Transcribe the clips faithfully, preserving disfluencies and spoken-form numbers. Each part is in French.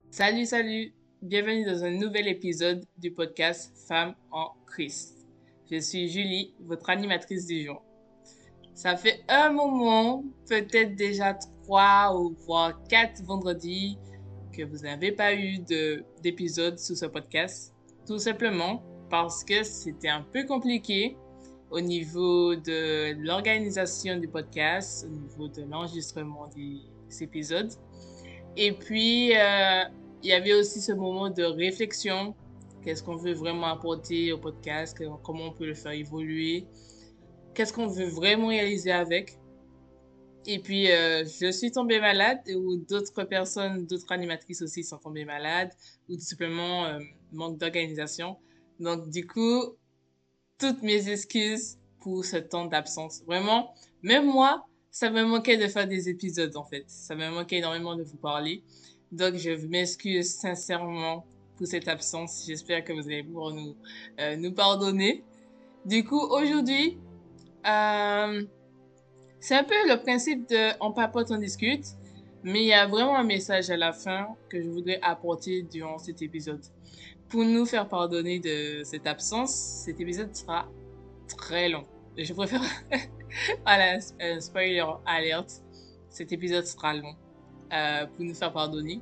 Salut, salut! Bienvenue dans un nouvel épisode du podcast Femmes en Christ. Je suis Julie, votre animatrice du jour. Ça fait un moment, peut-être déjà trois ou voire quatre vendredis, que vous n'avez pas eu de, d'épisode sur ce podcast. Tout simplement parce que c'était un peu compliqué au niveau de l'organisation du podcast, au niveau de l'enregistrement des épisodes. Et puis, euh, il y avait aussi ce moment de réflexion. Qu'est-ce qu'on veut vraiment apporter au podcast? Comment on peut le faire évoluer? Qu'est-ce qu'on veut vraiment réaliser avec? Et puis, euh, je suis tombée malade ou d'autres personnes, d'autres animatrices aussi sont tombées malades ou tout simplement euh, manque d'organisation. Donc, du coup, toutes mes excuses pour ce temps d'absence. Vraiment, même moi, ça me manquait de faire des épisodes en fait. Ça me manquait énormément de vous parler. Donc, je m'excuse sincèrement pour cette absence. J'espère que vous allez pouvoir nous, euh, nous pardonner. Du coup, aujourd'hui, euh, c'est un peu le principe de on papote, on discute, mais il y a vraiment un message à la fin que je voudrais apporter durant cet épisode. Pour nous faire pardonner de cette absence, cet épisode sera très long. Je préfère voilà, un spoiler alert. Cet épisode sera long euh, pour nous faire pardonner.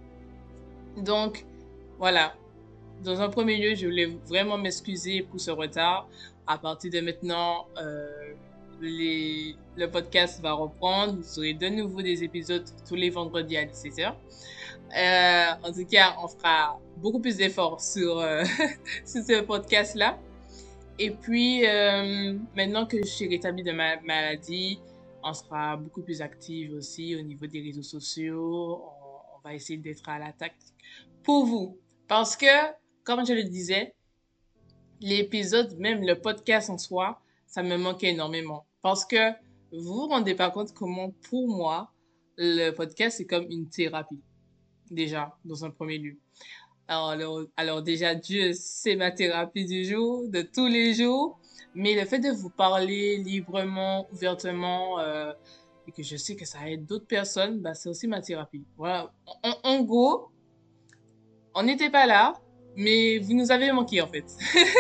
Donc, voilà. Dans un premier lieu, je voulais vraiment m'excuser pour ce retard. À partir de maintenant, euh, les... le podcast va reprendre. Vous aurez de nouveau des épisodes tous les vendredis à dix-sept heures. Euh, en tout cas, on fera beaucoup plus d'efforts sur, euh, sur ce podcast-là. Et puis, euh, maintenant que je suis rétablie de ma maladie, on sera beaucoup plus active aussi au niveau des réseaux sociaux. On, on va essayer d'être à l'attaque pour vous. Parce que, comme je le disais, l'épisode, même le podcast en soi, ça me manquait énormément. Parce que vous vous rendez pas compte comment, pour moi, le podcast, c'est comme une thérapie. Déjà, dans un premier lieu. Alors, alors, alors déjà, Dieu, c'est ma thérapie du jour, de tous les jours. Mais le fait de vous parler librement, ouvertement, euh, et que je sais que ça aide d'autres personnes, bah, c'est aussi ma thérapie. Voilà. En, en gros, on n'était pas là, mais vous nous avez manqué, en fait.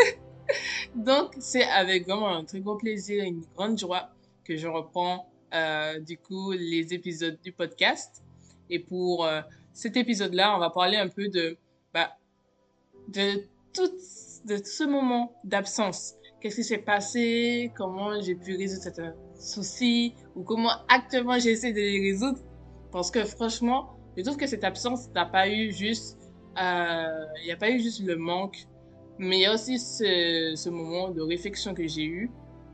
Donc, c'est avec vraiment un très grand plaisir et une grande joie que je reprends, euh, du coup, les épisodes du podcast. Et pour euh, cet épisode-là, on va parler un peu de, bah, de tout, de tout ce moment d'absence. Qu'est-ce qui s'est passé? Comment j'ai pu résoudre certains soucis? Ou comment actuellement j'essaie de les résoudre? Parce que franchement, je trouve que cette absence n'a pas eu juste, euh, il n'y a pas eu juste le manque, mais il y a aussi ce, ce moment de réflexion que j'ai eu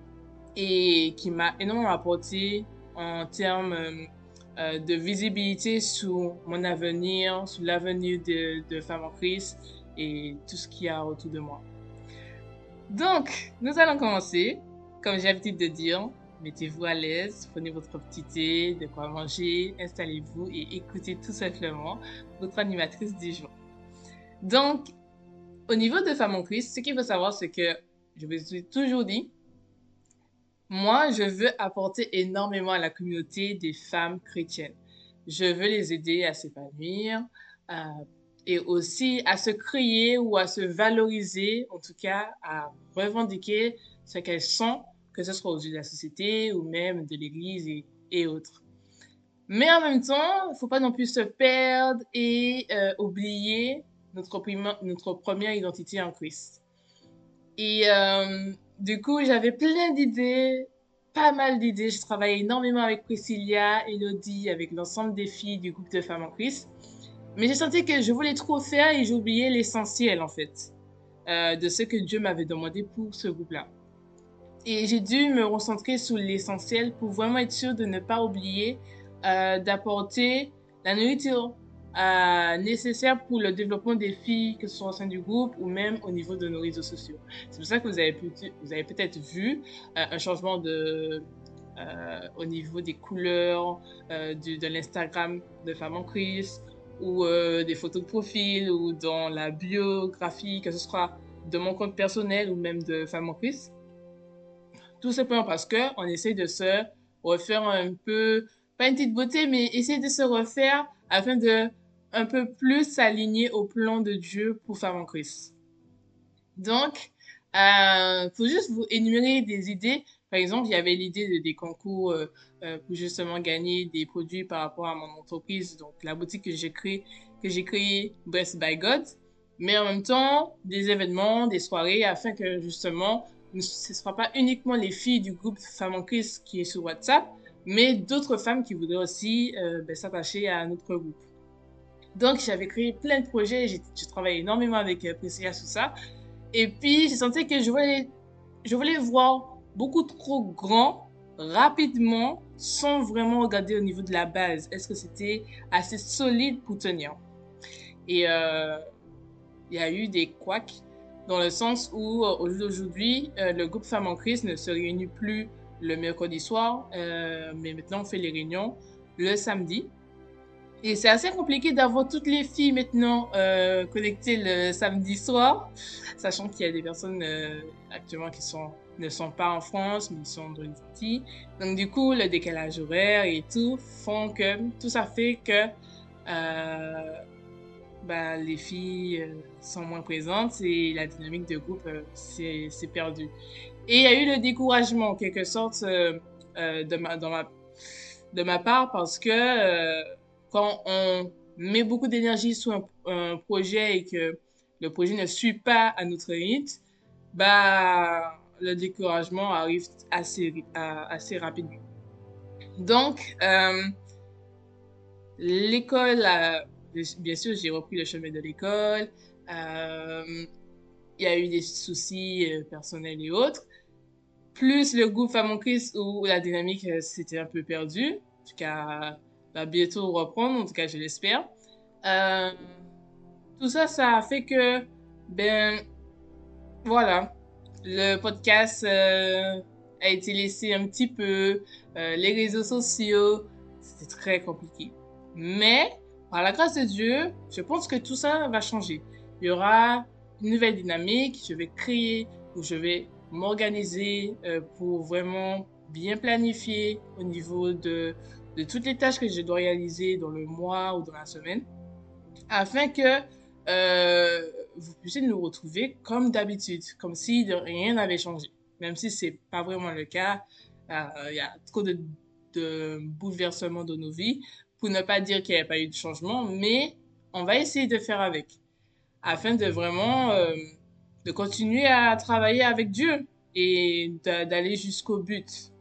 et qui m'a énormément apporté en termes euh, euh, de visibilité sur mon avenir, sur l'avenir de, de Femmes en Christ et tout ce qu'il y a autour de moi. Donc, nous allons commencer. Comme j'ai l'habitude de dire, mettez-vous à l'aise, prenez votre petit thé, de quoi manger, installez-vous et écoutez tout simplement votre animatrice du jour. Donc, au niveau de Femmes en Christ, ce qu'il faut savoir, c'est que, je vous ai toujours dit, moi, je veux apporter énormément à la communauté des femmes chrétiennes. Je veux les aider à s'épanouir euh, et aussi à se créer ou à se valoriser, en tout cas à revendiquer ce qu'elles sont, que ce soit aux yeux de la société ou même de l'Église et, et autres. Mais en même temps, il ne faut pas non plus se perdre et euh, oublier notre, prima- notre première identité en Christ. Et euh, du coup, j'avais plein d'idées, pas mal d'idées. Je travaillais énormément avec Priscilla, Elodie, avec l'ensemble des filles du groupe de femmes en Christ. Mais j'ai senti que je voulais trop faire et j'oubliais l'essentiel, en fait, euh, de ce que Dieu m'avait demandé pour ce groupe-là. Et j'ai dû me concentrer sur l'essentiel pour vraiment être sûre de ne pas oublier euh, d'apporter la nourriture euh, nécessaire pour le développement des filles, que ce soit au sein du groupe ou même au niveau de nos réseaux sociaux. C'est pour ça que vous avez, pu, vous avez peut-être vu euh, un changement de, euh, au niveau des couleurs euh, du, de l'Instagram de Femmes en Christ ou euh, des photos de profil ou dans la biographie, que ce soit de mon compte personnel ou même de Femmes en Christ. Tout simplement parce que on essaie de se refaire un peu, pas une petite beauté, mais essayer de se refaire afin de un peu plus aligné au plan de Dieu pour Femmes en Christ. Donc, euh, pour juste vous énumérer des idées, par exemple, il y avait l'idée de, des concours euh, euh, pour justement gagner des produits par rapport à mon entreprise, donc la boutique que j'ai créée, que j'ai créée, Blessed by God, mais en même temps, des événements, des soirées, afin que justement, ce ne sera pas uniquement les filles du groupe Femmes en Christ qui est sur WhatsApp, mais d'autres femmes qui voudraient aussi euh, ben, s'attacher à notre groupe. Donc, j'avais créé plein de projets, j'ai travaillé énormément avec euh, Priscilla sur ça. Et puis, j'ai senti que je voulais, je voulais voir beaucoup trop grand, rapidement, sans vraiment regarder au niveau de la base. Est-ce que c'était assez solide pour tenir? Et euh, il y a eu des couacs, dans le sens où, euh, au jour d'aujourd'hui, euh, le groupe Femmes en Christ ne se réunit plus le mercredi soir, euh, mais maintenant on fait les réunions le samedi. Et c'est assez compliqué d'avoir toutes les filles maintenant euh, connectées le samedi soir, sachant qu'il y a des personnes euh, actuellement qui sont, ne sont pas en France, mais qui sont dans les Antilles. Donc du coup, le décalage horaire et tout font que tout ça fait que euh, ben, les filles euh, sont moins présentes et la dynamique de groupe euh, s'est perdue. Et il y a eu le découragement, en quelque sorte, euh, euh, de, ma, dans ma, de ma part, parce que euh, quand on met beaucoup d'énergie sur un, un, projet et que le projet ne suit pas à notre rythme, bah, le découragement arrive assez, assez rapidement. Donc, euh, l'école, a, bien sûr, j'ai repris le chemin de l'école. Euh, il y a eu des soucis euh, personnels et autres. Plus le groupe Femmes en Christ où la dynamique euh, s'était un peu perdue. En tout cas, va bientôt reprendre, en tout cas, je l'espère. Euh, tout ça, ça a fait que, ben, voilà, le podcast euh, a été laissé un petit peu, euh, les réseaux sociaux, c'était très compliqué. Mais, par la grâce de Dieu, je pense que tout ça va changer. Il y aura une nouvelle dynamique, je vais créer, ou je vais m'organiser euh, pour vraiment bien planifier au niveau de, de toutes les tâches que je dois réaliser dans le mois ou dans la semaine, afin que euh, vous puissiez nous retrouver comme d'habitude, comme si de rien n'avait changé. Même si c'est pas vraiment le cas, euh, il y a trop de, de bouleversements dans nos vies pour ne pas dire qu'il n'y a pas eu de changement, mais on va essayer de faire avec, afin de vraiment euh, de continuer à travailler avec Dieu et d'aller jusqu'au but.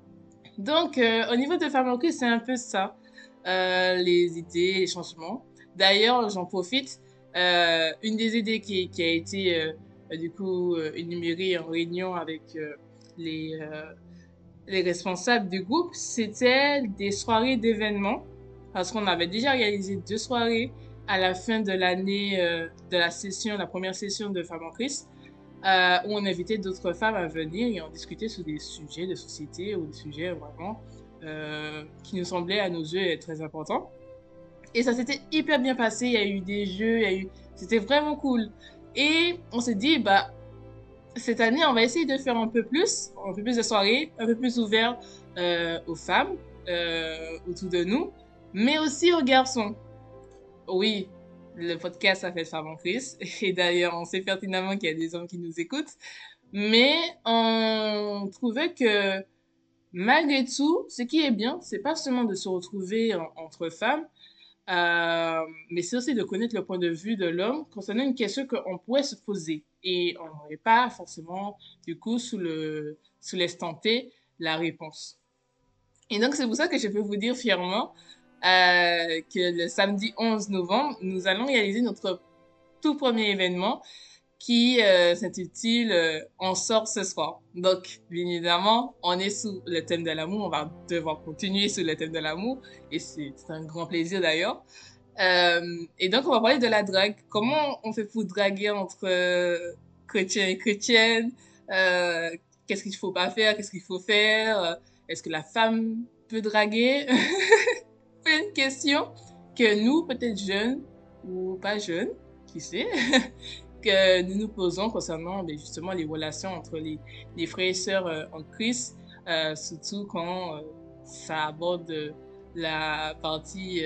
Donc, euh, au niveau de Femmes en Christ, c'est un peu ça, euh, les idées, les changements. D'ailleurs, j'en profite, euh, une des idées qui, qui a été euh, du coup euh, énumérée en réunion avec euh, les, euh, les responsables du groupe, c'était des soirées d'événements, parce qu'on avait déjà réalisé deux soirées à la fin de l'année euh, de la session, la première session de Femmes en Christ, euh, où on invitait d'autres femmes à venir et on discutait sur des sujets de société ou des sujets vraiment euh, qui nous semblaient à nos yeux être très importants. Et ça s'était hyper bien passé, il y a eu des jeux, il y a eu... c'était vraiment cool. Et on s'est dit, bah, cette année, on va essayer de faire un peu plus, un peu plus de soirées, un peu plus ouvert euh, aux femmes euh, autour de nous, mais aussi aux garçons. Oui, le podcast a fait Femmes en Christ, et d'ailleurs, on sait pertinemment qu'il y a des hommes qui nous écoutent, mais on trouvait que malgré tout, ce qui est bien, c'est pas seulement de se retrouver en, entre femmes, euh, mais c'est aussi de connaître le point de vue de l'homme concernant une question qu'on pourrait se poser. Et on n'aurait pas forcément, du coup, sous le, sous l'instant T, la réponse. Et donc, c'est pour ça que je peux vous dire fièrement euh, que le samedi onze novembre, nous allons réaliser notre tout premier événement qui euh, s'intitule euh, On sort ce soir. Donc, bien évidemment, on est sous le thème de l'amour. On va devoir continuer sous le thème de l'amour. Et c'est un grand plaisir d'ailleurs. Euh, et donc, on va parler de la drague. Comment on fait pour draguer entre euh, chrétiens et chrétiennes? Euh, qu'est-ce qu'il faut pas faire? Qu'est-ce qu'il faut faire? Est-ce que la femme peut draguer? Plein de questions que nous, peut-être jeunes ou pas jeunes, qui sait, que nous nous posons concernant ben, justement les relations entre les, les frères et sœurs euh, en Christ, euh, surtout quand euh, ça aborde la partie euh,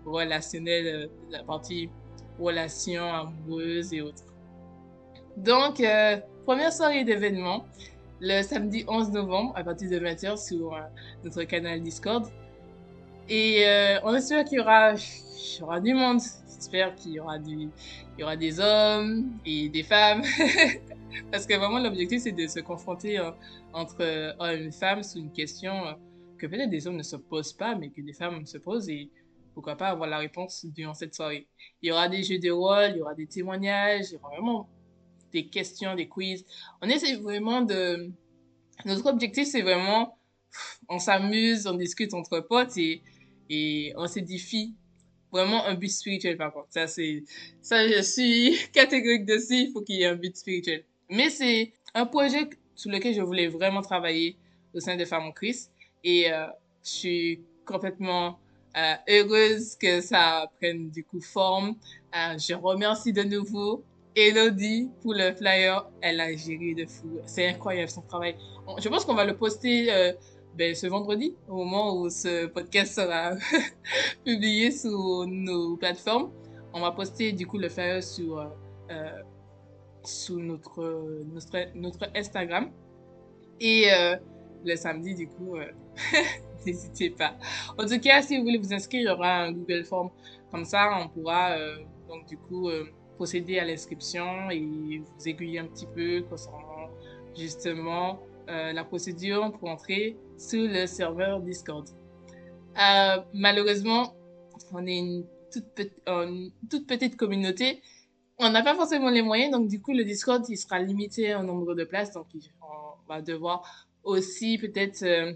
relationnelle, euh, la partie relations amoureuses et autres. Donc, euh, première soirée d'événement, le samedi onze novembre, à partir de vingt heures sur euh, notre canal Discord. Et euh, on espère qu'il y aura, il y aura du monde. J'espère qu'il y aura du, il y aura des hommes et des femmes. Parce que vraiment, l'objectif, c'est de se confronter euh, entre euh, hommes et femmes sous une question euh, que peut-être des hommes ne se posent pas, mais que des femmes se posent et pourquoi pas avoir la réponse durant cette soirée. Il y aura des jeux de rôle, il y aura des témoignages, il y aura vraiment des questions, des quiz. On essaie vraiment de... Notre objectif, c'est vraiment... On s'amuse, on discute entre potes et, et on s'édifie. Vraiment un but spirituel, par contre. Ça, c'est... Ça, je suis catégorique dessus. Il faut qu'il y ait un but spirituel. Mais c'est un projet sur lequel je voulais vraiment travailler au sein de Femmes en Christ. Et euh, je suis complètement euh, heureuse que ça prenne du coup forme. Euh, je remercie de nouveau Elodie pour le flyer. Elle a géré de fou. C'est incroyable son travail. On- Je pense qu'on va le poster euh, ben, ce vendredi, au moment où ce podcast sera publié sur nos plateformes. On va poster du coup le flyer sur, euh, euh, sur notre, notre, notre Instagram. Et euh, le samedi, du coup, euh, n'hésitez pas. En tout cas, si vous voulez vous inscrire, il y aura un Google Form. Comme ça, on pourra euh, donc du coup euh, procéder à l'inscription et vous aiguiller un petit peu concernant justement euh, la procédure pour entrer sur le serveur Discord. Euh, malheureusement, on est une toute, petite, une toute petite communauté. On n'a pas forcément les moyens, donc du coup, le Discord, il sera limité en nombre de places. Donc, on va devoir aussi peut-être euh,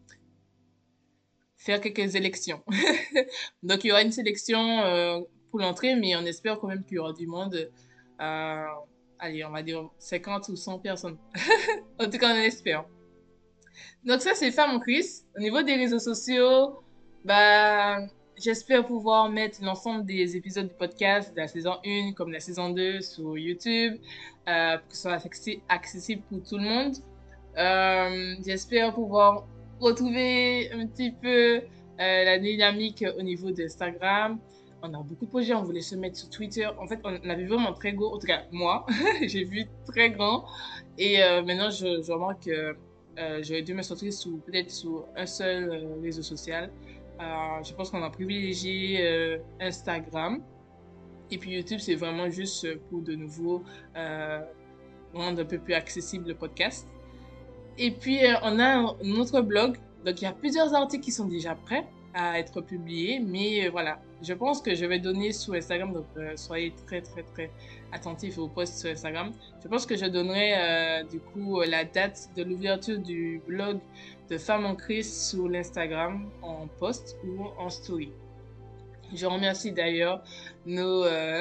faire quelques élections. Donc, il y aura une sélection euh, pour l'entrée, mais on espère quand même qu'il y aura du monde. Euh, allez, on va dire cinquante ou cent personnes. En tout cas, on espère. Donc ça, c'est Femme en Christ. Au niveau des réseaux sociaux, bah, j'espère pouvoir mettre l'ensemble des épisodes du podcast de la saison un comme de la saison deux sur YouTube, euh, pour que ce soit accessible pour tout le monde. Euh, j'espère pouvoir retrouver un petit peu euh, la dynamique au niveau d'Instagram. On a beaucoup de projets, on voulait se mettre sur Twitter. En fait, on avait vraiment très gros, en tout cas moi, j'ai vu très grand. Et euh, maintenant, je, je remarque que euh, j'aurais dû me sortir sous peut-être sur un seul euh, réseau social. Euh, je pense qu'on a privilégié euh, Instagram. Et puis YouTube, c'est vraiment juste pour de nouveau euh, rendre un peu plus accessible le podcast. Et puis, euh, on a un, un autre blog. Donc, il y a plusieurs articles qui sont déjà prêts à être publiés. Mais euh, voilà, je pense que je vais donner sur Instagram. Donc, euh, soyez très, très, très attentifs aux posts sur Instagram. Je pense que je donnerai euh, du coup la date de l'ouverture du blog de Femmes en Christ sur l'Instagram en post ou en story. Je remercie d'ailleurs nos... Euh,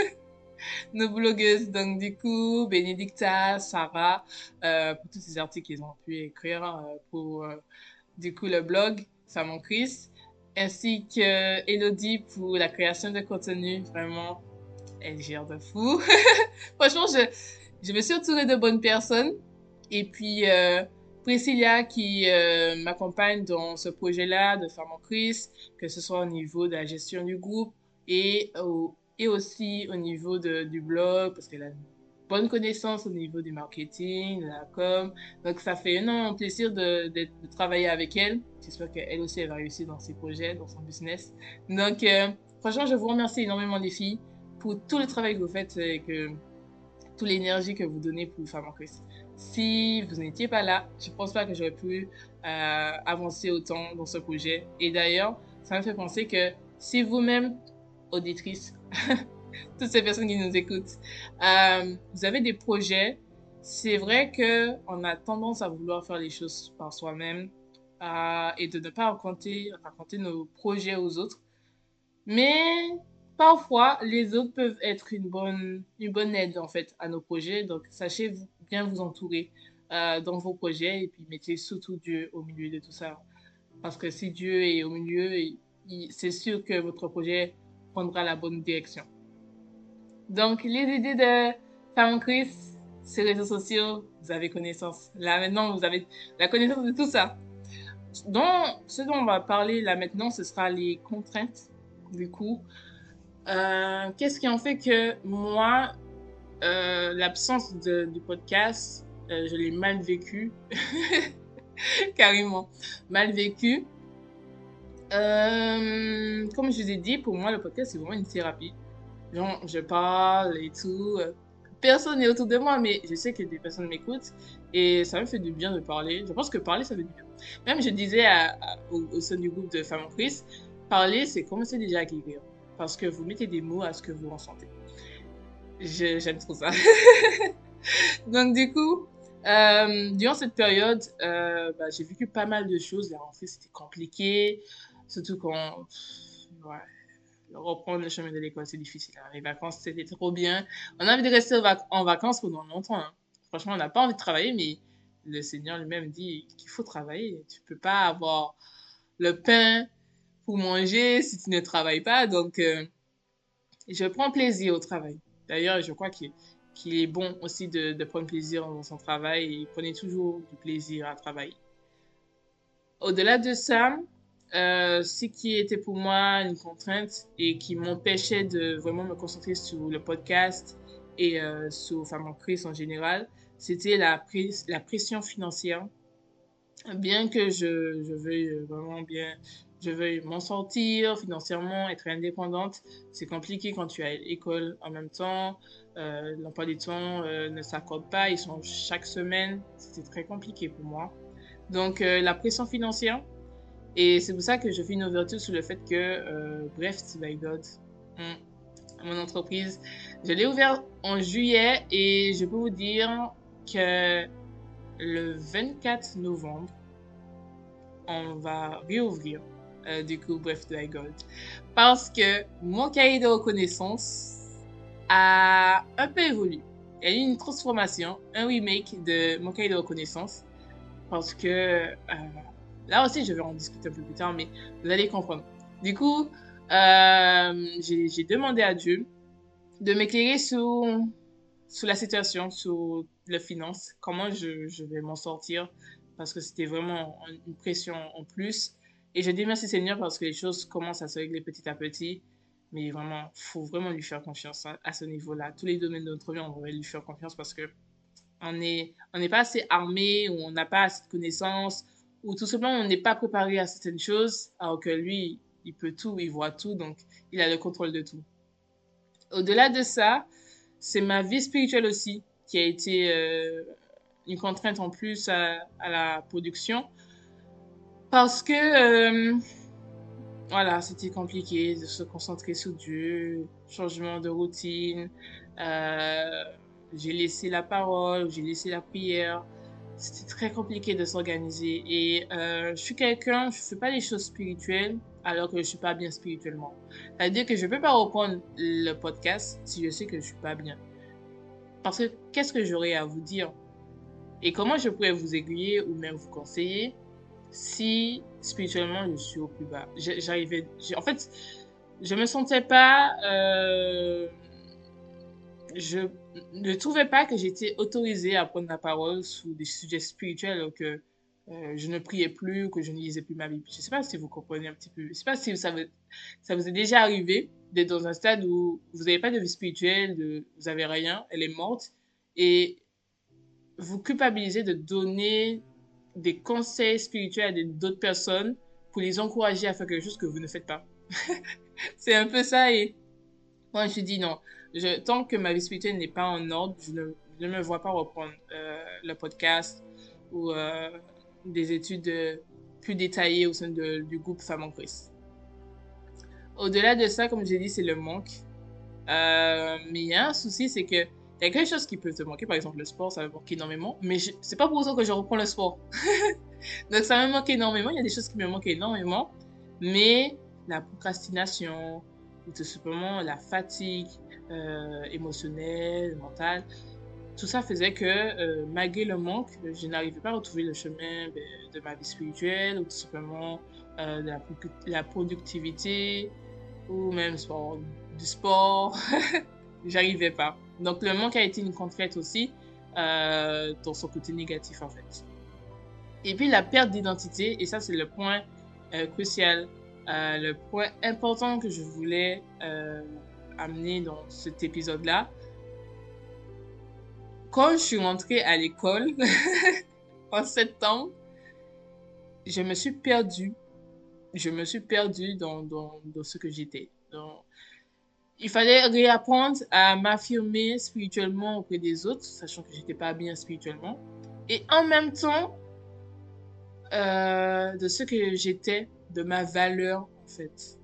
nos blogueuses, donc du coup, Bénédicta, Sarah, euh, pour tous ces articles qu'ils ont pu écrire euh, pour euh, du coup le blog Femme en Christ, ainsi que Elodie pour la création de contenu. Vraiment, elle gère de fou. Franchement, je, je me suis entourée de bonnes personnes. Et puis, euh, Priscilla qui euh, m'accompagne dans ce projet-là de Femme en Christ, que ce soit au niveau de la gestion du groupe et, au, et aussi au niveau de, du blog, parce qu'elle a une bonne connaissance au niveau du marketing, de la com. Donc, ça fait énormément plaisir de, de, de travailler avec elle. J'espère qu'elle aussi, elle va réussir dans ses projets, dans son business. Donc, euh, franchement, je vous remercie énormément les filles pour tout le travail que vous faites et que toute l'énergie que vous donnez pour Femme en Christ. Si vous n'étiez pas là, je ne pense pas que j'aurais pu euh, avancer autant dans ce projet. Et d'ailleurs, ça me fait penser que si vous-même, auditrice, toutes ces personnes qui nous écoutent, euh, vous avez des projets, c'est vrai qu'on a tendance à vouloir faire les choses par soi-même euh, et de ne pas raconter, raconter nos projets aux autres. Mais parfois, les autres peuvent être une bonne, une bonne aide en fait à nos projets. Donc, sachez vous, bien vous entourer euh, dans vos projets et puis mettez surtout Dieu au milieu de tout ça. Parce que si Dieu est au milieu, c'est sûr que votre projet prendra la bonne direction. Donc, les idées de Femme en Christ, ces réseaux sociaux, vous avez connaissance. Là, maintenant, vous avez la connaissance de tout ça. Donc, ce dont on va parler là maintenant, ce sera les contraintes Du coup, euh, qu'est-ce qui en fait que moi, euh, l'absence de, du podcast, euh, je l'ai mal vécu, carrément, mal vécu. Euh, comme je vous ai dit, pour moi, le podcast, c'est vraiment une thérapie. Genre, je parle et tout. euh, Personne n'est autour de moi, mais je sais que des personnes m'écoutent et ça me fait du bien de parler. Je pense que parler, ça fait du bien. Même je disais à- à- au, au sein du groupe de femmes en crise, parler, c'est commencer déjà à guérir. Parce que vous mettez des mots à ce que vous ressentez. Je- J'aime trop ça. Donc, du coup, euh, durant cette période, euh, bah, j'ai vécu pas mal de choses. La rentrée, c'était compliqué. Surtout quand, pff, ouais, reprendre le chemin de l'école, c'est difficile, hein. Les vacances, c'était trop bien. On a envie de rester en vac- en vacances pendant longtemps, hein. Franchement, on n'a pas envie de travailler, mais le Seigneur lui-même dit qu'il faut travailler. Tu peux pas avoir le pain pour manger si tu ne travailles pas. Donc, euh, je prends plaisir au travail. D'ailleurs, je crois qu'il qu'il est bon aussi de, de prendre plaisir dans son travail et prenez toujours du plaisir à travailler. Au-delà de ça, euh, ce qui était pour moi une contrainte et qui m'empêchait de vraiment me concentrer sur le podcast et euh, sur Femmes en crise en général, c'était la, pres- la pression financière. Bien que je, je veuille vraiment bien, je veuille m'en sortir financièrement, être indépendante, c'est compliqué quand tu as l'école en même temps. Euh, l'emploi du temps euh, ne s'accorde pas, ils sont chaque semaine. C'était très compliqué pour moi. Donc, euh, la pression financière, et c'est pour ça que je fais une ouverture sur le fait que, euh, bref, by God, hum, mon entreprise, je l'ai ouvert en juillet et je peux vous dire que le vingt-quatre novembre, on va réouvrir, euh, du coup, bref, by God. Parce que mon cahier de reconnaissance a un peu évolué. Il y a eu une transformation, un remake de mon cahier de reconnaissance. Parce que euh, là aussi, je vais en discuter un peu plus tard, mais vous allez comprendre. Du coup, euh, j'ai j'ai demandé à Dieu de m'éclairer sur, sur la situation, sur les finances, comment je, je vais m'en sortir, parce que c'était vraiment une pression en plus. Et je dis merci Seigneur parce que les choses commencent à se régler petit à petit. Mais vraiment, il faut vraiment lui faire confiance à, à ce niveau-là. Tous les domaines de notre vie, on devrait lui faire confiance parce que on n'est on n'est pas assez armé, ou on n'a pas assez de connaissances, ou tout simplement on n'est pas préparé à certaines choses, alors que lui, il peut tout, il voit tout, donc il a le contrôle de tout. Au-delà de ça, c'est ma vie spirituelle aussi qui a été euh, une contrainte en plus à, à la production, parce que euh, voilà, c'était compliqué de se concentrer sur Dieu, changement de routine. Euh, j'ai laissé la parole, j'ai laissé la prière. C'était très compliqué de s'organiser. Et euh, je suis quelqu'un, je fais pas les choses spirituelles alors que je suis pas bien spirituellement. C'est-à-dire que je peux pas reprendre le podcast si je sais que je suis pas bien. Parce que qu'est-ce que j'aurais à vous dire? Et comment je pourrais vous aiguiller ou même vous conseiller si spirituellement je suis au plus bas. J'arrivais, en fait, je me sentais pas, euh, je ne trouvais pas que j'étais autorisée à prendre la parole sur des sujets spirituels alors que euh, je ne priais plus ou que je ne lisais plus ma Bible. Je sais pas si vous comprenez un petit peu. Je sais pas si ça vous, ça vous est déjà arrivé d'être dans un stade où vous n'avez pas de vie spirituelle, de, vous avez rien, elle est morte et vous culpabilisez de donner des conseils spirituels à d'autres personnes pour les encourager à faire quelque chose que vous ne faites pas. C'est un peu ça et moi je dis non. Je, tant que ma vie spirituelle n'est pas en ordre, je ne, je ne me vois pas reprendre euh, le podcast ou euh, des études euh, plus détaillées au sein de, du groupe Femmes en Christ. Au-delà de ça, comme j'ai dit, c'est le manque. Euh, mais il y a un souci, c'est que il y a quelque chose qui peut te manquer, par exemple le sport, ça me manque énormément, mais je- c'est pas pour autant que je reprends le sport. Donc ça me manque énormément, il y a des choses qui me manquent énormément, mais la procrastination, ou tout simplement la fatigue euh, émotionnelle, mentale, tout ça faisait que euh, malgré le manque, je n'arrivais pas à retrouver le chemin ben, de ma vie spirituelle, ou tout simplement euh, de la, la productivité, ou même sport, du sport. J'arrivais pas. Donc le manque a été une contrainte aussi euh, dans son côté négatif en fait. Et puis la perte d'identité, et ça c'est le point euh, crucial. Euh, le point important que je voulais euh, amener dans cet épisode-là, quand je suis rentrée à l'école en septembre, je me suis perdue. Je me suis perdue dans, dans, dans ce que j'étais. Donc, il fallait réapprendre à m'affirmer spirituellement auprès des autres, sachant que j'étais pas bien spirituellement. Et en même temps, euh, de ce que j'étais, de ma valeur, en fait.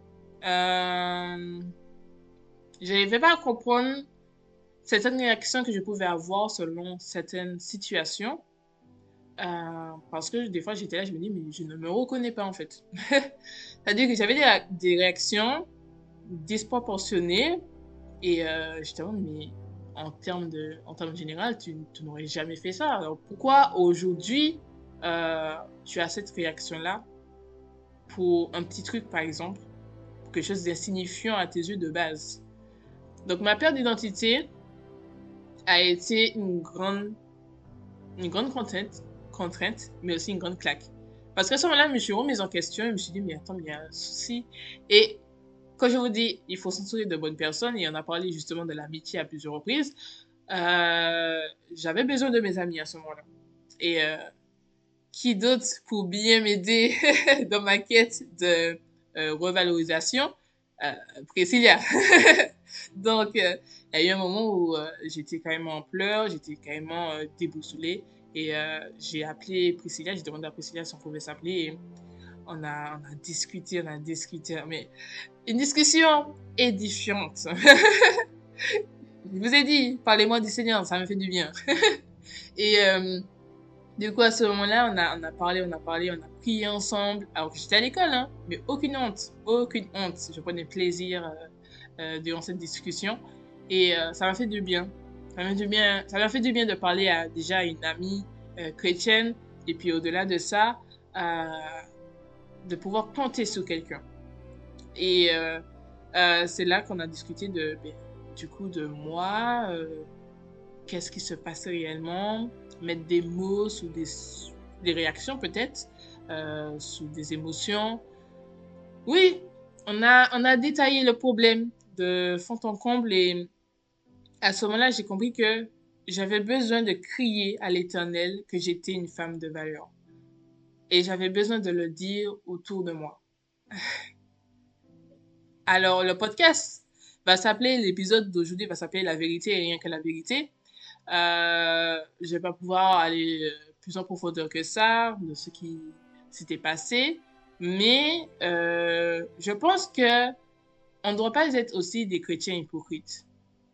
Euh, J'arrivais pas à comprendre certaines réactions que je pouvais avoir selon certaines situations. Euh, parce que des fois, j'étais là, je me dis, mais je ne me reconnais pas, en fait. C'est-à-dire que j'avais des, des réactions disproportionnées et euh, j'étais là, mais en termes de, en termes général, tu, tu n'aurais jamais fait ça. Alors pourquoi aujourd'hui, euh, tu as cette réaction-là pour un petit truc, par exemple, pour quelque chose d'insignifiant à tes yeux de base? Donc, ma perte d'identité a été une grande, une grande contrainte, contrainte, mais aussi une grande claque. Parce qu'à ce moment-là, je me suis remise en question et je me suis dit, mais attends, mais il y a un souci. Et quand je vous dis, il faut s'entourer de bonnes personnes, et on a parlé justement de l'amitié à plusieurs reprises, euh, j'avais besoin de mes amis à ce moment-là. Et euh, qui d'autre pour bien m'aider dans ma quête de euh, revalorisation? Euh, Priscilla. Donc, euh, il y a eu un moment où euh, j'étais carrément en pleurs, j'étais carrément euh, déboussolée. Et euh, j'ai appelé Priscilla, j'ai demandé à Priscilla si on pouvait s'appeler. Et on a, on a discuté, on a discuté. Mais une discussion édifiante. Je vous ai dit, parlez-moi du Seigneur, ça me fait du bien. Et euh, du coup, à ce moment-là, on a, on a parlé, on a parlé, on a prié ensemble. Alors que j'étais à l'école, hein, mais aucune honte, aucune honte. Je prenais plaisir euh, euh, durant cette discussion. Et euh, ça m'a fait du bien. Ça m'a fait du bien, ça m'a fait du bien de parler à déjà une amie euh, chrétienne. Et puis au-delà de ça, euh, de pouvoir compter sur quelqu'un. Et euh, euh, c'est là qu'on a discuté de, ben, du coup, de moi, euh, qu'est-ce qui se passe réellement, mettre des mots sous des, des réactions peut-être, euh, sous des émotions. Oui, on a, on a détaillé le problème de fond en comble et à ce moment-là, j'ai compris que j'avais besoin de crier à l'Éternel que j'étais une femme de valeur. Et j'avais besoin de le dire autour de moi. Alors, le podcast va s'appeler, l'épisode d'aujourd'hui va s'appeler La vérité et rien que la vérité. Euh, je vais pas pouvoir aller euh, plus en profondeur que ça, de ce qui s'était passé. Mais euh, je pense que on ne doit pas être aussi des chrétiens hypocrites.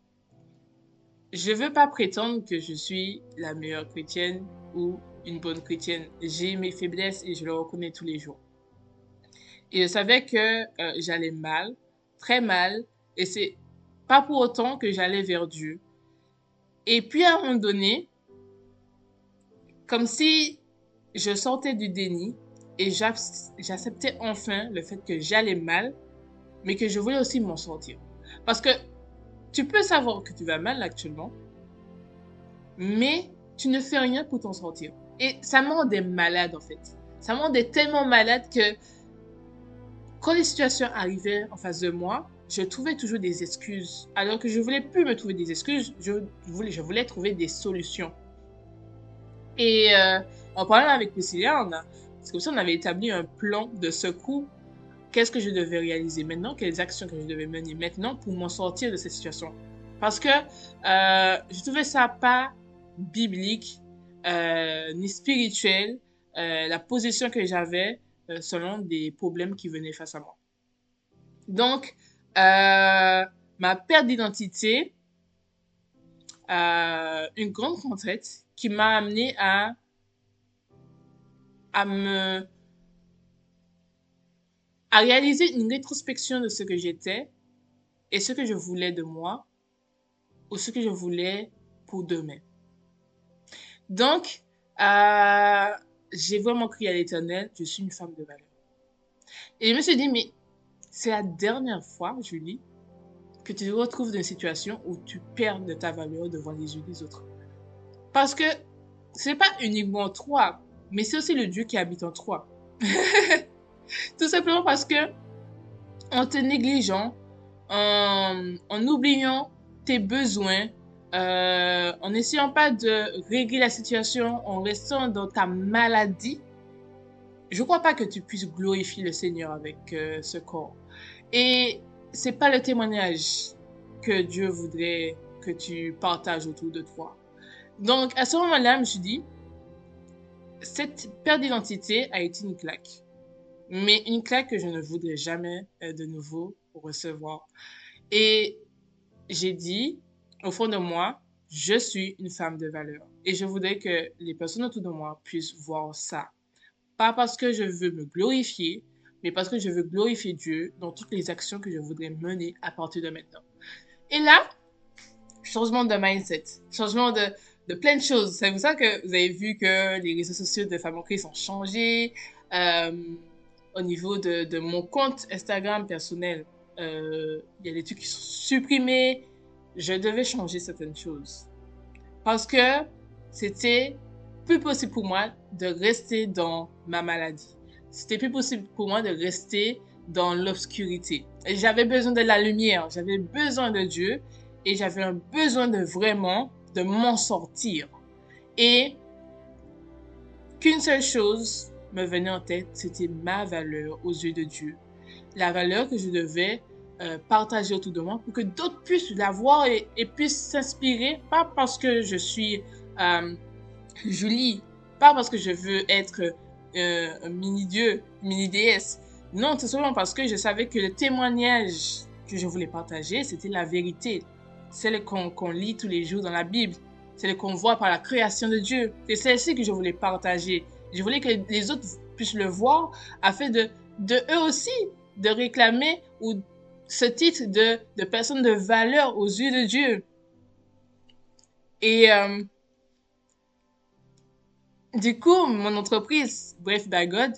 Je veux pas prétendre que je suis la meilleure chrétienne ou une bonne chrétienne. J'ai mes faiblesses et je le reconnais tous les jours. Et je savais que euh, j'allais mal, très mal, et c'est pas pour autant que j'allais vers Dieu. Et puis à un moment donné, comme si je sortais du déni et j'acceptais enfin le fait que j'allais mal, mais que je voulais aussi m'en sortir. Parce que tu peux savoir que tu vas mal actuellement, mais tu ne fais rien pour t'en sortir. Et ça me rendait malade en fait. Ça me rendait tellement malade que quand les situations arrivaient en face de moi, je trouvais toujours des excuses. Alors que je voulais plus me trouver des excuses, je voulais, je voulais trouver des solutions. Et euh, en parlant avec Priscilla, on a, c'est comme ça on avait établi un plan de secours. Qu'est-ce que je devais réaliser maintenant? Quelles actions que je devais mener maintenant pour m'en sortir de cette situation? Parce que euh, je trouvais ça pas biblique euh, ni spirituel, euh, la position que j'avais euh, selon des problèmes qui venaient face à moi. Donc, euh, ma perte d'identité, euh, une grande contrainte qui m'a amené à, à me à réaliser une rétrospection de ce que j'étais et ce que je voulais de moi ou ce que je voulais pour demain. Donc, euh, j'ai vraiment crié à l'Éternel, je suis une femme de valeur. Et je me suis dit, mais c'est la dernière fois, Julie, que tu te retrouves dans une situation où tu perds de ta valeur devant les yeux des autres. Parce que c'est pas uniquement toi, mais c'est aussi le Dieu qui habite en toi. Tout simplement parce que en te négligeant, en, en oubliant tes besoins, euh, en n'essayant pas de régler la situation, en restant dans ta maladie, je crois pas que tu puisses glorifier le Seigneur avec euh, ce corps. Et c'est pas le témoignage que Dieu voudrait que tu partages autour de toi. Donc, à ce moment-là, je me suis dit, cette perte d'identité a été une claque. Mais une claque que je ne voudrais jamais euh, de nouveau recevoir. Et j'ai dit, au fond de moi, je suis une femme de valeur. Et je voudrais que les personnes autour de moi puissent voir ça. Pas parce que je veux me glorifier, mais parce que je veux glorifier Dieu dans toutes les actions que je voudrais mener à partir de maintenant. Et là, changement de mindset, changement de, de plein de choses. C'est pour ça que vous avez vu que les réseaux sociaux de Femmes en Christ ont changé. Euh, au niveau de, de mon compte Instagram personnel, euh, il y a des trucs qui sont supprimés. Je devais changer certaines choses. Parce que c'était plus possible pour moi de rester dans ma maladie. C'était plus possible pour moi de rester dans l'obscurité. Et j'avais besoin de la lumière, j'avais besoin de Dieu et j'avais un besoin de vraiment de m'en sortir. Et qu'une seule chose me venait en tête, c'était ma valeur aux yeux de Dieu. La valeur que je devais euh, partager autour de moi pour que d'autres puissent la voir et, et puissent s'inspirer, pas parce que je suis euh, Julie, pas parce que je veux être euh, un mini-dieu, mini-déesse. Non, tout simplement parce que je savais que le témoignage que je voulais partager, c'était la vérité. Celle qu'on qu'on lit tous les jours dans la Bible, celle qu'on voit par la création de Dieu. C'est celle-ci que je voulais partager. Je voulais que les autres puissent le voir afin de, de eux aussi, de réclamer ou ce titre de, de personne de valeur aux yeux de Dieu. Et euh, du coup, mon entreprise, Bref by God,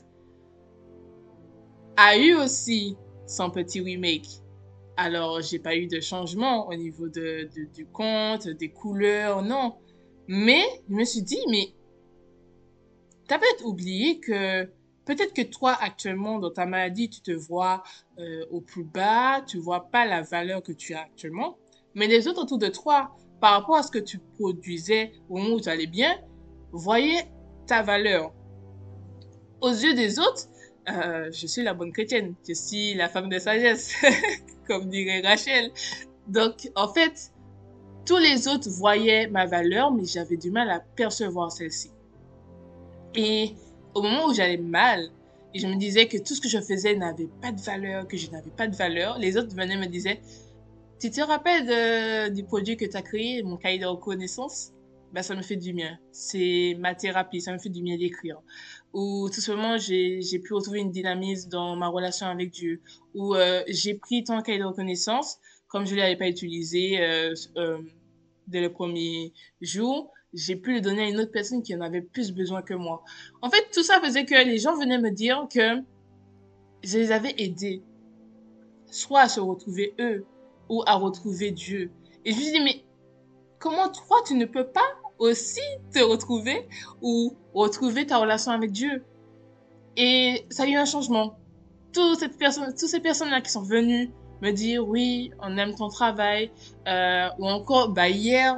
a eu aussi son petit remake. Alors, j'ai pas eu de changement au niveau de, de, du compte, des couleurs, non. Mais, je me suis dit, mais t'as peut-être oublié que peut-être que toi, actuellement, dans ta maladie, tu te vois euh, au plus bas, tu vois pas la valeur que tu as actuellement. Mais les autres autour de toi, par rapport à ce que tu produisais au moment où tu allais bien, voyaient ta valeur. Aux yeux des autres, euh, je suis la bonne chrétienne, je suis la femme de sagesse, comme dirait Rachel. Donc, en fait, tous les autres voyaient ma valeur, mais j'avais du mal à percevoir celle-ci. Et au moment où j'allais mal, et je me disais que tout ce que je faisais n'avait pas de valeur, que je n'avais pas de valeur, les autres venaient me disaient, tu te rappelles de, du produit que tu as créé, mon cahier de reconnaissance? Ben, ça me fait du bien. C'est ma thérapie, ça me fait du bien d'écrire. Ou tout simplement, j'ai, j'ai pu retrouver une dynamisme dans ma relation avec Dieu. Ou euh, j'ai pris ton cahier de reconnaissance, comme je ne l'avais pas utilisé euh, euh, dès le premier jour, j'ai pu le donner à une autre personne qui en avait plus besoin que moi. En fait, tout ça faisait que les gens venaient me dire que je les avais aidés, soit à se retrouver eux, ou à retrouver Dieu. Et je me suis dit, mais comment toi, tu ne peux pas aussi te retrouver ou retrouver ta relation avec Dieu? Et ça a eu un changement. Toutes, cette personne, toutes ces personnes-là qui sont venues me dire, oui, on aime ton travail, euh, ou encore, bah, hier,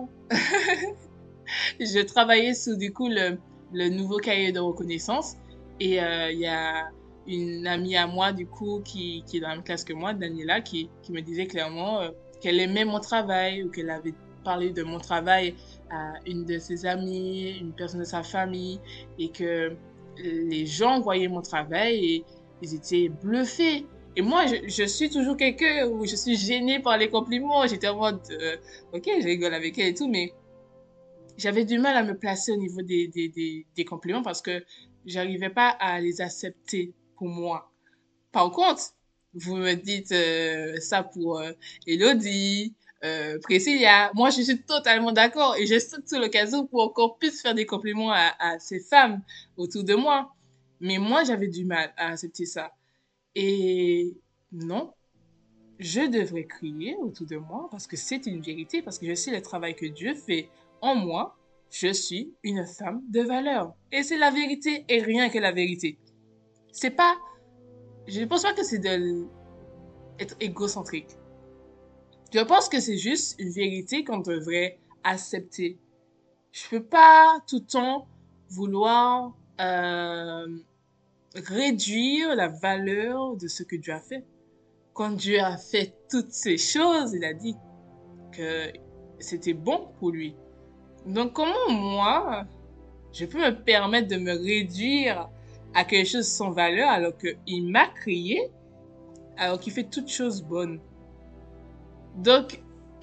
je travaillais sur, du coup, le, le nouveau cahier de reconnaissance. Et euh, il y a une amie à moi, du coup, qui, qui est dans la même classe que moi, Daniela, qui, qui me disait clairement euh, qu'elle aimait mon travail ou qu'elle avait parlé de mon travail à une de ses amies, une personne de sa famille, et que les gens voyaient mon travail et ils étaient bluffés. Et moi, je, je suis toujours quelqu'un où je suis gênée par les compliments. J'étais en mode, euh, ok, je rigole avec elle et tout, mais j'avais du mal à me placer au niveau des, des, des, des compliments parce que j'arrivais pas à les accepter pour moi. Par contre, vous me dites euh, ça pour euh, Elodie, euh, Priscilla. Moi, je suis totalement d'accord et je saute sur l'occasion pour encore plus faire des compliments à, à ces femmes autour de moi. Mais moi, j'avais du mal à accepter ça. Et non, je devrais crier autour de moi parce que c'est une vérité, parce que je sais le travail que Dieu fait en moi. Je suis une femme de valeur. Et c'est la vérité et rien que la vérité. C'est pas je ne pense pas que c'est d'être égocentrique. Je pense que c'est juste une vérité qu'on devrait accepter. Je peux pas tout le temps vouloir euh, réduire la valeur de ce que Dieu a fait. Quand Dieu a fait toutes ces choses, il a dit que c'était bon pour lui. Donc comment moi, je peux me permettre de me réduire à quelque chose sans valeur alors qu'il m'a créé, alors qu'il fait toutes choses bonnes. Donc,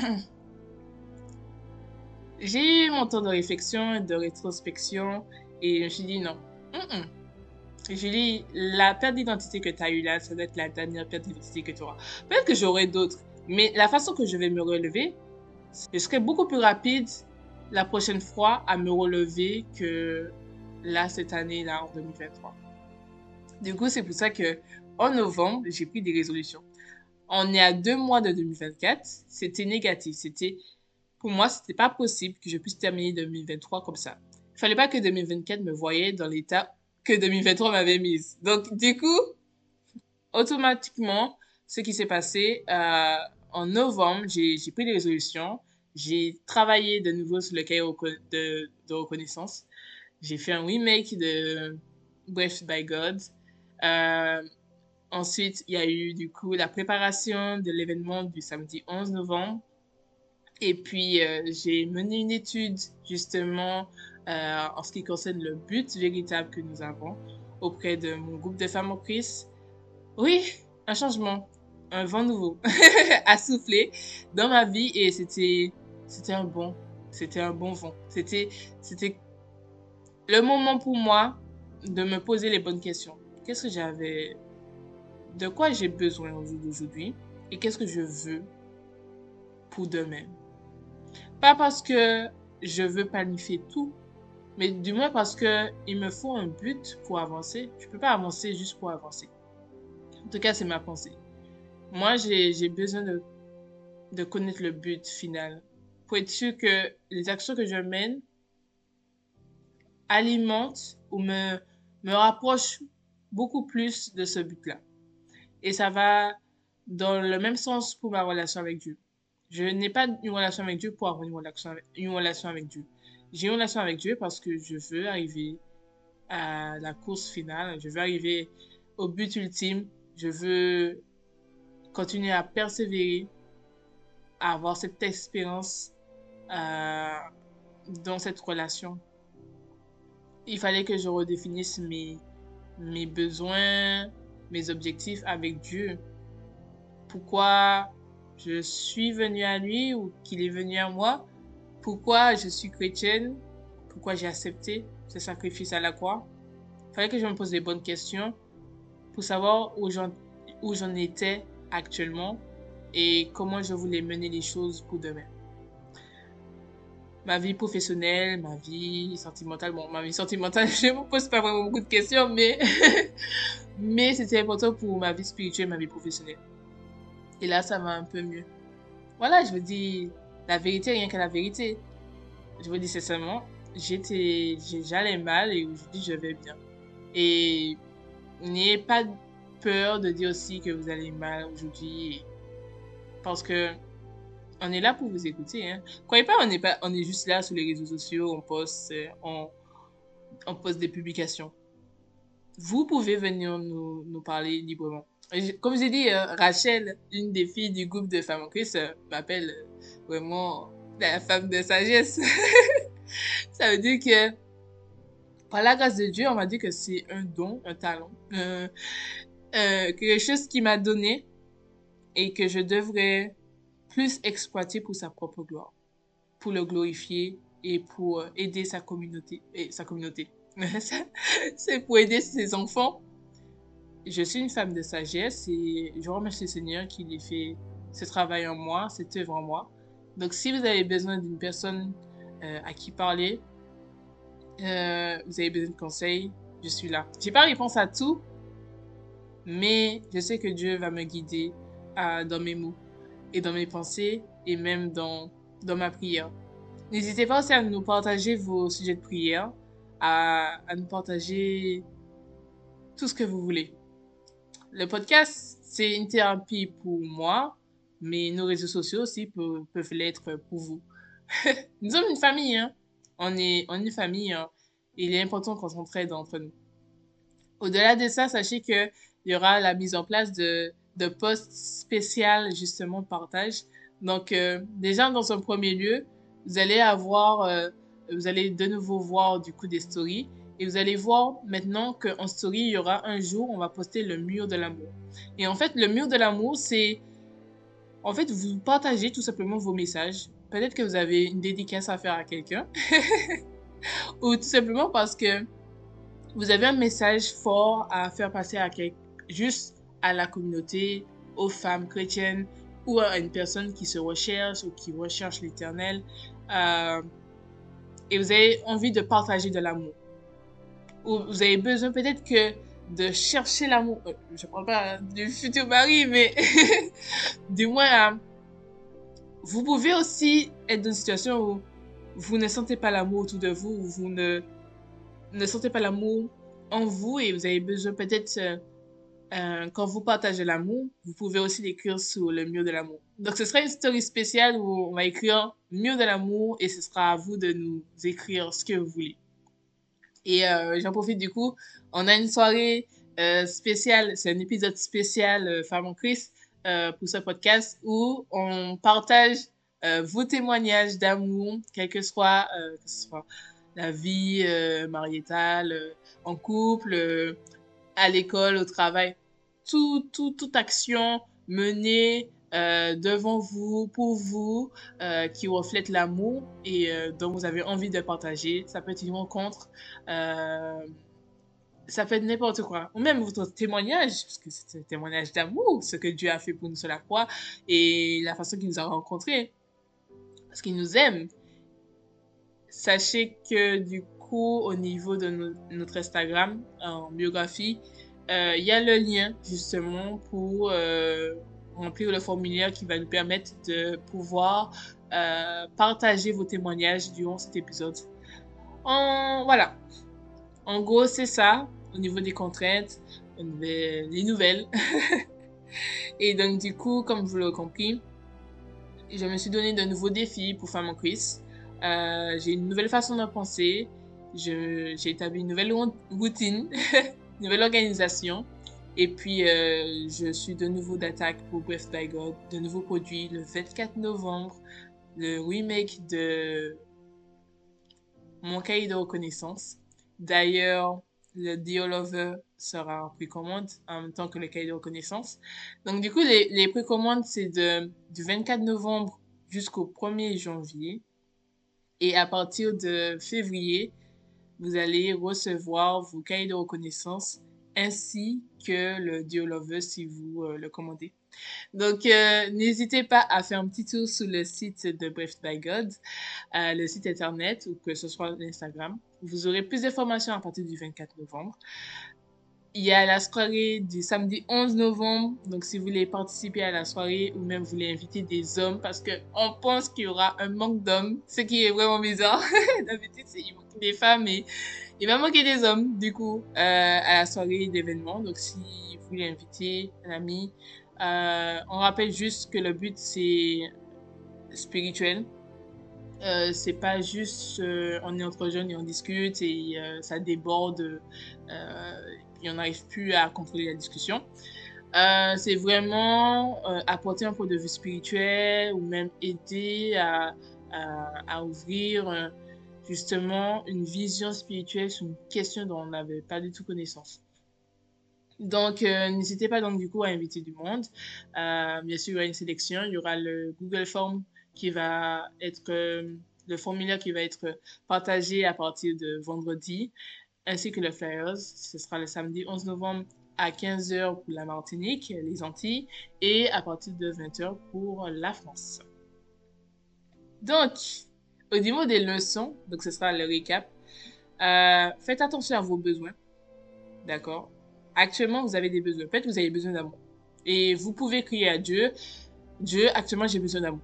j'ai eu mon temps de réflexion, de rétrospection, et je me suis dit non. Mm-mm. Julie, la perte d'identité que tu as eue là, ça doit être la dernière perte d'identité que tu auras. Peut-être que j'aurai d'autres, mais la façon que je vais me relever, je serai beaucoup plus rapide la prochaine fois à me relever que là, cette année-là, en deux mille vingt-trois. Du coup, c'est pour ça que en novembre, j'ai pris des résolutions. On est à deux mois de deux mille vingt-quatre, c'était négatif. C'était, pour moi, c'était pas possible que je puisse terminer deux mille vingt-trois comme ça. Il fallait pas que deux mille vingt-quatre me voyait dans l'état que deux mille vingt-trois m'avait mise. Donc, du coup, automatiquement, ce qui s'est passé, euh, en novembre, j'ai, j'ai pris des résolutions. J'ai travaillé de nouveau sur le cahier de, de reconnaissance. J'ai fait un remake de Breath by God. Euh, ensuite, il y a eu du coup la préparation de l'événement du samedi onze novembre. Et puis, euh, j'ai mené une étude justement euh, en ce qui concerne le but véritable que nous avons auprès de mon groupe de femmes en Christ. Oui, un changement, un vent nouveau a soufflé dans ma vie et c'était c'était un bon, c'était un bon vent. C'était c'était le moment pour moi de me poser les bonnes questions. Qu'est-ce que j'avais, de quoi j'ai besoin au jour d'aujourd'hui et qu'est-ce que je veux pour demain. Pas parce que je veux planifier tout, mais du moins parce que il me faut un but pour avancer. Je peux pas avancer juste pour avancer. En tout cas, c'est ma pensée. Moi, j'ai, j'ai besoin de, de connaître le but final pour être sûr que les actions que je mène alimentent ou me, me rapprochent beaucoup plus de ce but-là. Et ça va dans le même sens pour ma relation avec Dieu. Je n'ai pas une relation avec Dieu pour avoir une relation avec, une relation avec Dieu. J'ai une relation avec Dieu parce que je veux arriver à la course finale, je veux arriver au but ultime, je veux continuer à persévérer, à avoir cette expérience euh, dans cette relation. Il fallait que je redéfinisse mes, mes besoins, mes objectifs avec Dieu. Pourquoi je suis venue à lui ou qu'il est venu à moi? Pourquoi je suis chrétienne? Pourquoi j'ai accepté ce sacrifice à la croix? Il fallait que je me pose les bonnes questions pour savoir où j'en, où j'en étais actuellement et comment je voulais mener les choses pour demain. Ma vie professionnelle, ma vie sentimentale. Bon, ma vie sentimentale, je ne me pose pas vraiment beaucoup de questions, mais, mais c'était important pour ma vie spirituelle, ma vie professionnelle. Et là, ça va un peu mieux. Voilà, je vous dis la vérité, rien que la vérité. Je vous dis sincèrement, j'étais, j'allais mal et aujourd'hui, je vais bien. Et n'ayez pas peur de dire aussi que vous allez mal aujourd'hui parce que on est là pour vous écouter, hein. Croyez pas, on est pas, on est juste là sur les réseaux sociaux, on poste, euh, on, on poste des publications. Vous pouvez venir nous, nous parler librement. Et je- comme j'ai dit, euh, Rachel, une des filles du groupe de femmes en Christ, euh, m'appelle euh, vraiment la femme de sagesse. Ça veut dire que par la grâce de Dieu, on m'a dit que c'est un don, un talent, euh, euh, quelque chose qu'il m'a donné et que je devrais plus exploiter pour sa propre gloire, pour le glorifier et pour euh, aider sa communauté. Et sa communauté. C'est pour aider ses enfants. Je suis une femme de sagesse et je remercie le Seigneur qui ait fait ce travail en moi, cette œuvre en moi. Donc, si vous avez besoin d'une personne euh, à qui parler, euh, vous avez besoin de conseils, je suis là. J'ai pas réponse à tout, mais je sais que Dieu va me guider euh, dans mes mots et dans mes pensées et même dans, dans ma prière. N'hésitez pas aussi à nous partager vos sujets de prière, à, à nous partager tout ce que vous voulez. Le podcast, c'est une thérapie pour moi, mais nos réseaux sociaux aussi peuvent, peuvent l'être pour vous. Nous sommes une famille, hein. On est, on est une famille, hein. Il est important qu'on s'entraide entre nous. Au-delà de ça, sachez que il y aura la mise en place de, de posts spéciaux, justement, de partage. Donc, euh, déjà, dans un premier lieu, vous allez avoir, euh, vous allez de nouveau voir, du coup, des stories. Et vous allez voir maintenant qu'en story, il y aura un jour, on va poster le mur de l'amour. Et en fait, le mur de l'amour, c'est, en fait, vous partagez tout simplement vos messages. Peut-être que vous avez une dédicace à faire à quelqu'un, ou tout simplement parce que vous avez un message fort à faire passer à quelque, juste à la communauté, aux femmes chrétiennes ou à une personne qui se recherche ou qui recherche l'éternel. Euh, et vous avez envie de partager de l'amour. Ou vous avez besoin peut-être que de chercher l'amour. Euh, je ne parle pas du futur mari, mais du moins, euh, vous pouvez aussi être dans une situation où vous ne sentez pas l'amour autour de vous, où vous ne, ne sentez pas l'amour en vous et vous avez besoin peut-être euh, Euh, quand vous partagez l'amour, vous pouvez aussi l'écrire sur le mur de l'amour. Donc, ce sera une story spéciale où on va écrire mur de l'amour et ce sera à vous de nous écrire ce que vous voulez. Et euh, j'en profite du coup, on a une soirée euh, spéciale, c'est un épisode spécial euh, Femme en Christ euh, pour ce podcast où on partage euh, vos témoignages d'amour, quel que soit, euh, que ce soit la vie euh, mariétale, euh, en couple, euh, à l'école, au travail. Tout, tout, toute action menée euh, devant vous, pour vous, euh, qui reflète l'amour et euh, dont vous avez envie de partager. Ça peut être une rencontre, euh, ça peut être n'importe quoi. Ou même votre témoignage, parce que c'est un témoignage d'amour, ce que Dieu a fait pour nous sur la croix et la façon qu'il nous a rencontrés, parce qu'il nous aime. Sachez que du coup, au niveau de no notre Instagram, en biographie, euh, il y a le lien justement pour euh, remplir le formulaire qui va nous permettre de pouvoir euh, partager vos témoignages durant cet épisode. En, voilà. En gros, c'est ça au niveau des contraintes, les nouvelles. Et donc, du coup, comme vous l'avez compris, je me suis donné de nouveaux défis pour faire mon quiz. Euh, j'ai une nouvelle façon de penser. Je, j'ai établi une nouvelle routine, une nouvelle organisation. Et puis, euh, je suis de nouveau d'attaque pour Breath by God, de nouveaux produits le vingt-quatre novembre, le remake de mon cahier de reconnaissance. D'ailleurs, le Dear Lover sera en précommande en même temps que le cahier de reconnaissance. Donc, du coup, les, les précommandes, c'est de, du vingt-quatre novembre jusqu'au premier janvier. Et à partir de février, vous allez recevoir vos cahiers de reconnaissance ainsi que le Dear Lover si vous euh, le commandez. Donc, euh, n'hésitez pas à faire un petit tour sur le site de Breath by God, euh, le site internet ou que ce soit l'Instagram. Vous aurez plus d'informations à partir du vingt-quatre novembre. Il y a la soirée du samedi onze novembre. Donc, si vous voulez participer à la soirée ou même vous voulez inviter des hommes parce que on pense qu'il y aura un manque d'hommes, ce qui est vraiment bizarre. D'habitude, c'est il manque des femmes et il va manquer des hommes, du coup, euh, à la soirée d'événement. Donc, si vous voulez inviter un ami, euh, on rappelle juste que le but, c'est spirituel. Euh, c'est pas juste euh, on est entre jeunes et on discute et euh, ça déborde euh, et on n'arrive plus à contrôler la discussion. Euh, c'est vraiment euh, apporter un point de vue spirituel ou même aider à, à, à ouvrir euh, justement une vision spirituelle sur une question dont on n'avait pas du tout connaissance. Donc, euh, n'hésitez pas donc du coup à inviter du monde. Euh, bien sûr, il y aura une sélection. Il y aura le Google Form qui va être euh, le formulaire qui va être partagé à partir de vendredi, ainsi que le flyers. Ce sera le samedi onze novembre à quinze heures pour la Martinique, les Antilles, et à partir de vingt heures pour la France. Donc, au niveau des leçons, donc ce sera le récap. Euh, faites attention à vos besoins, d'accord? Actuellement, vous avez des besoins. Peut-être que vous avez besoin d'amour. Et vous pouvez crier à Dieu, Dieu, actuellement, j'ai besoin d'amour.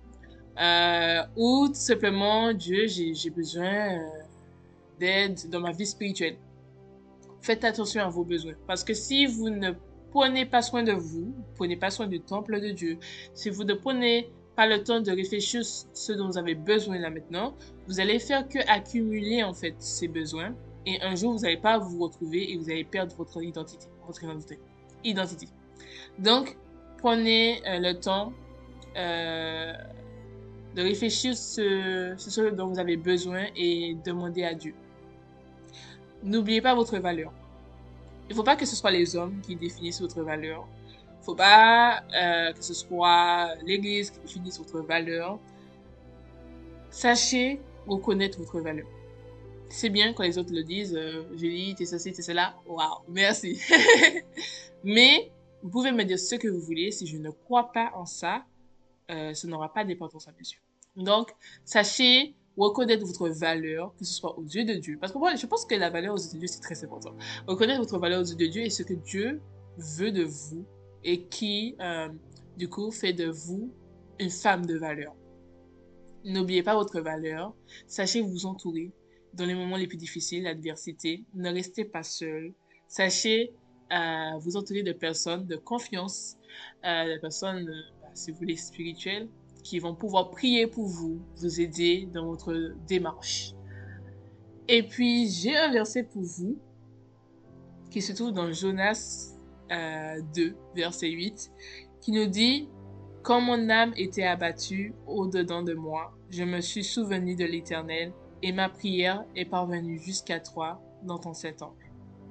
Euh, ou tout simplement, Dieu, j'ai, j'ai besoin euh, d'aide dans ma vie spirituelle. Faites attention à vos besoins. Parce que si vous ne prenez pas soin de vous, prenez pas soin du temple de Dieu, si vous ne prenez pas le temps de réfléchir sur ce dont vous avez besoin là maintenant, vous allez faire que accumuler en fait ces besoins et un jour vous n'allez pas vous retrouver et vous allez perdre votre identité, votre identité. identité. Donc, prenez euh, le temps euh, de réfléchir sur ce, ce dont vous avez besoin et demandez à Dieu. N'oubliez pas votre valeur. Il ne faut pas que ce soit les hommes qui définissent votre valeur. Il ne faut pas euh, que ce soit l'Église qui définisse votre valeur. Sachez reconnaître votre valeur. C'est bien quand les autres le disent, euh, Julie, t'es ceci, t'es cela. Waouh, merci. Mais vous pouvez me dire ce que vous voulez. Si je ne crois pas en ça, euh, ça n'aura pas d'importance à mes yeux. Donc, sachez reconnaître votre valeur, que ce soit aux yeux de Dieu. Parce que moi, je pense que la valeur aux yeux de Dieu, c'est très important. Reconnaître votre valeur aux yeux de Dieu et ce que Dieu veut de vous et qui, euh, du coup, fait de vous une femme de valeur. N'oubliez pas votre valeur. Sachez vous entourer dans les moments les plus difficiles, l'adversité. Ne restez pas seul. Sachez euh, vous entourer de personnes de confiance, euh, de personnes, euh, si vous voulez, spirituelles, qui vont pouvoir prier pour vous, vous aider dans votre démarche. Et puis, j'ai un verset pour vous qui se trouve dans Jonas euh, deux, verset huit, qui nous dit « Quand mon âme était abattue au-dedans de moi, je me suis souvenu de l'Éternel et ma prière est parvenue jusqu'à toi dans ton saint temple. »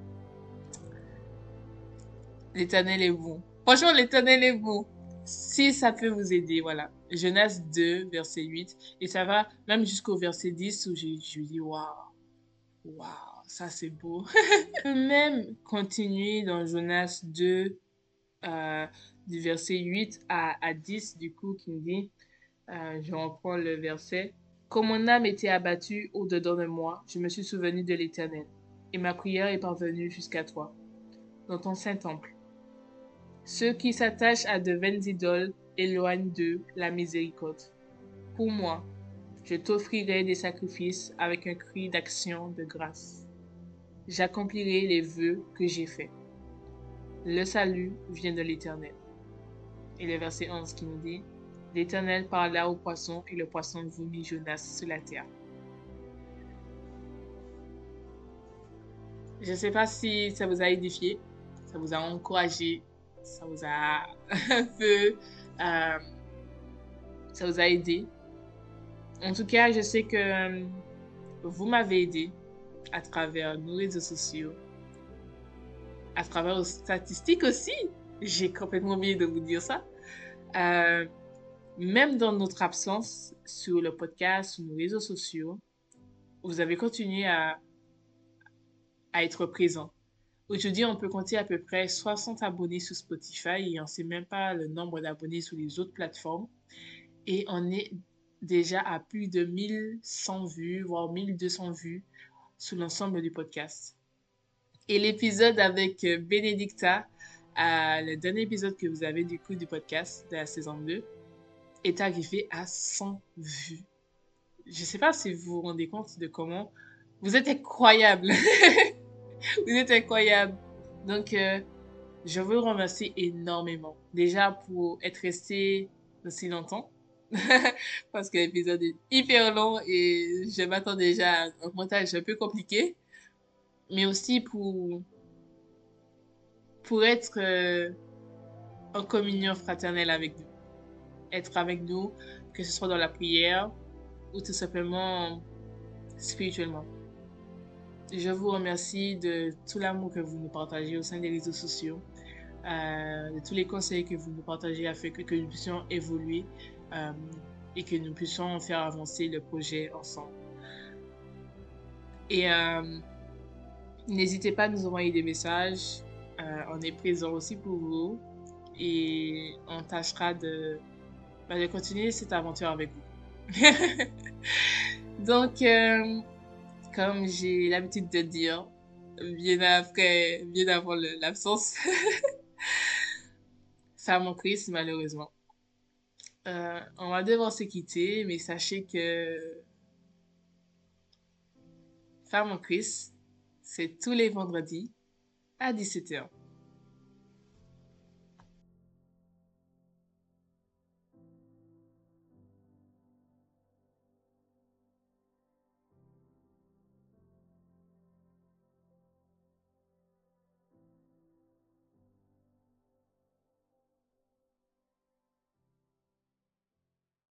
L'Éternel est bon. Franchement, l'Éternel est bon. Si ça peut vous aider, voilà. Jonas deux, verset huit. Et ça va même jusqu'au verset dix où je, je dis, waouh, waouh, ça c'est beau. Je peux même continuer dans Jonas deux, euh, du verset huit à, à dix, du coup, qui me dit, euh, je reprends le verset. Comme mon âme était abattue au-dedans de moi, je me suis souvenu de l'Éternel. Et ma prière est parvenue jusqu'à toi, dans ton saint temple. Ceux qui s'attachent à de vaines idoles éloignent d'eux la miséricorde. Pour moi, je t'offrirai des sacrifices avec un cri d'action de grâce. J'accomplirai les vœux que j'ai faits. Le salut vient de l'Éternel. Et le verset onze qui nous dit, l'Éternel parla au poisson et le poisson vomit Jonas sur la terre. Je ne sais pas si ça vous a édifié, ça vous a encouragé, ça vous a un peu, euh, ça vous a aidé. En tout cas, je sais que euh, vous m'avez aidé à travers nos réseaux sociaux, à travers aux statistiques aussi. J'ai complètement oublié de vous dire ça. Euh, même dans notre absence sur le podcast, sur nos réseaux sociaux, vous avez continué à, à être présent. Aujourd'hui, on peut compter à peu près soixante abonnés sur Spotify et on ne sait même pas le nombre d'abonnés sur les autres plateformes. Et on est déjà à plus de mille cent vues, voire mille deux cents vues sur l'ensemble du podcast. Et l'épisode avec Bénédicta, euh, le dernier épisode que vous avez du coup du podcast de la saison deux, est arrivé à cent vues. Je ne sais pas si vous vous rendez compte de comment vous êtes incroyable. Vous êtes incroyable. Donc, euh, je vous remercie énormément. Déjà pour être resté aussi longtemps. Parce que l'épisode est hyper long et je m'attends déjà à un montage un peu compliqué. Mais aussi pour, pour être euh, en communion fraternelle avec nous. Être avec nous, que ce soit dans la prière ou tout simplement spirituellement. Je vous remercie de tout l'amour que vous nous partagez au sein des réseaux sociaux, euh, de tous les conseils que vous nous partagez afin que, que nous puissions évoluer euh, et que nous puissions faire avancer le projet ensemble. Et euh, n'hésitez pas à nous envoyer des messages. Euh, on est présent aussi pour vous et on tâchera de, bah, de continuer cette aventure avec vous. Donc, euh, comme j'ai l'habitude de dire, bien après, bien avant l'absence, ça m'en crise malheureusement. Euh, on va devoir se quitter, mais sachez que Femme en Christ, c'est tous les vendredis à dix-sept heures.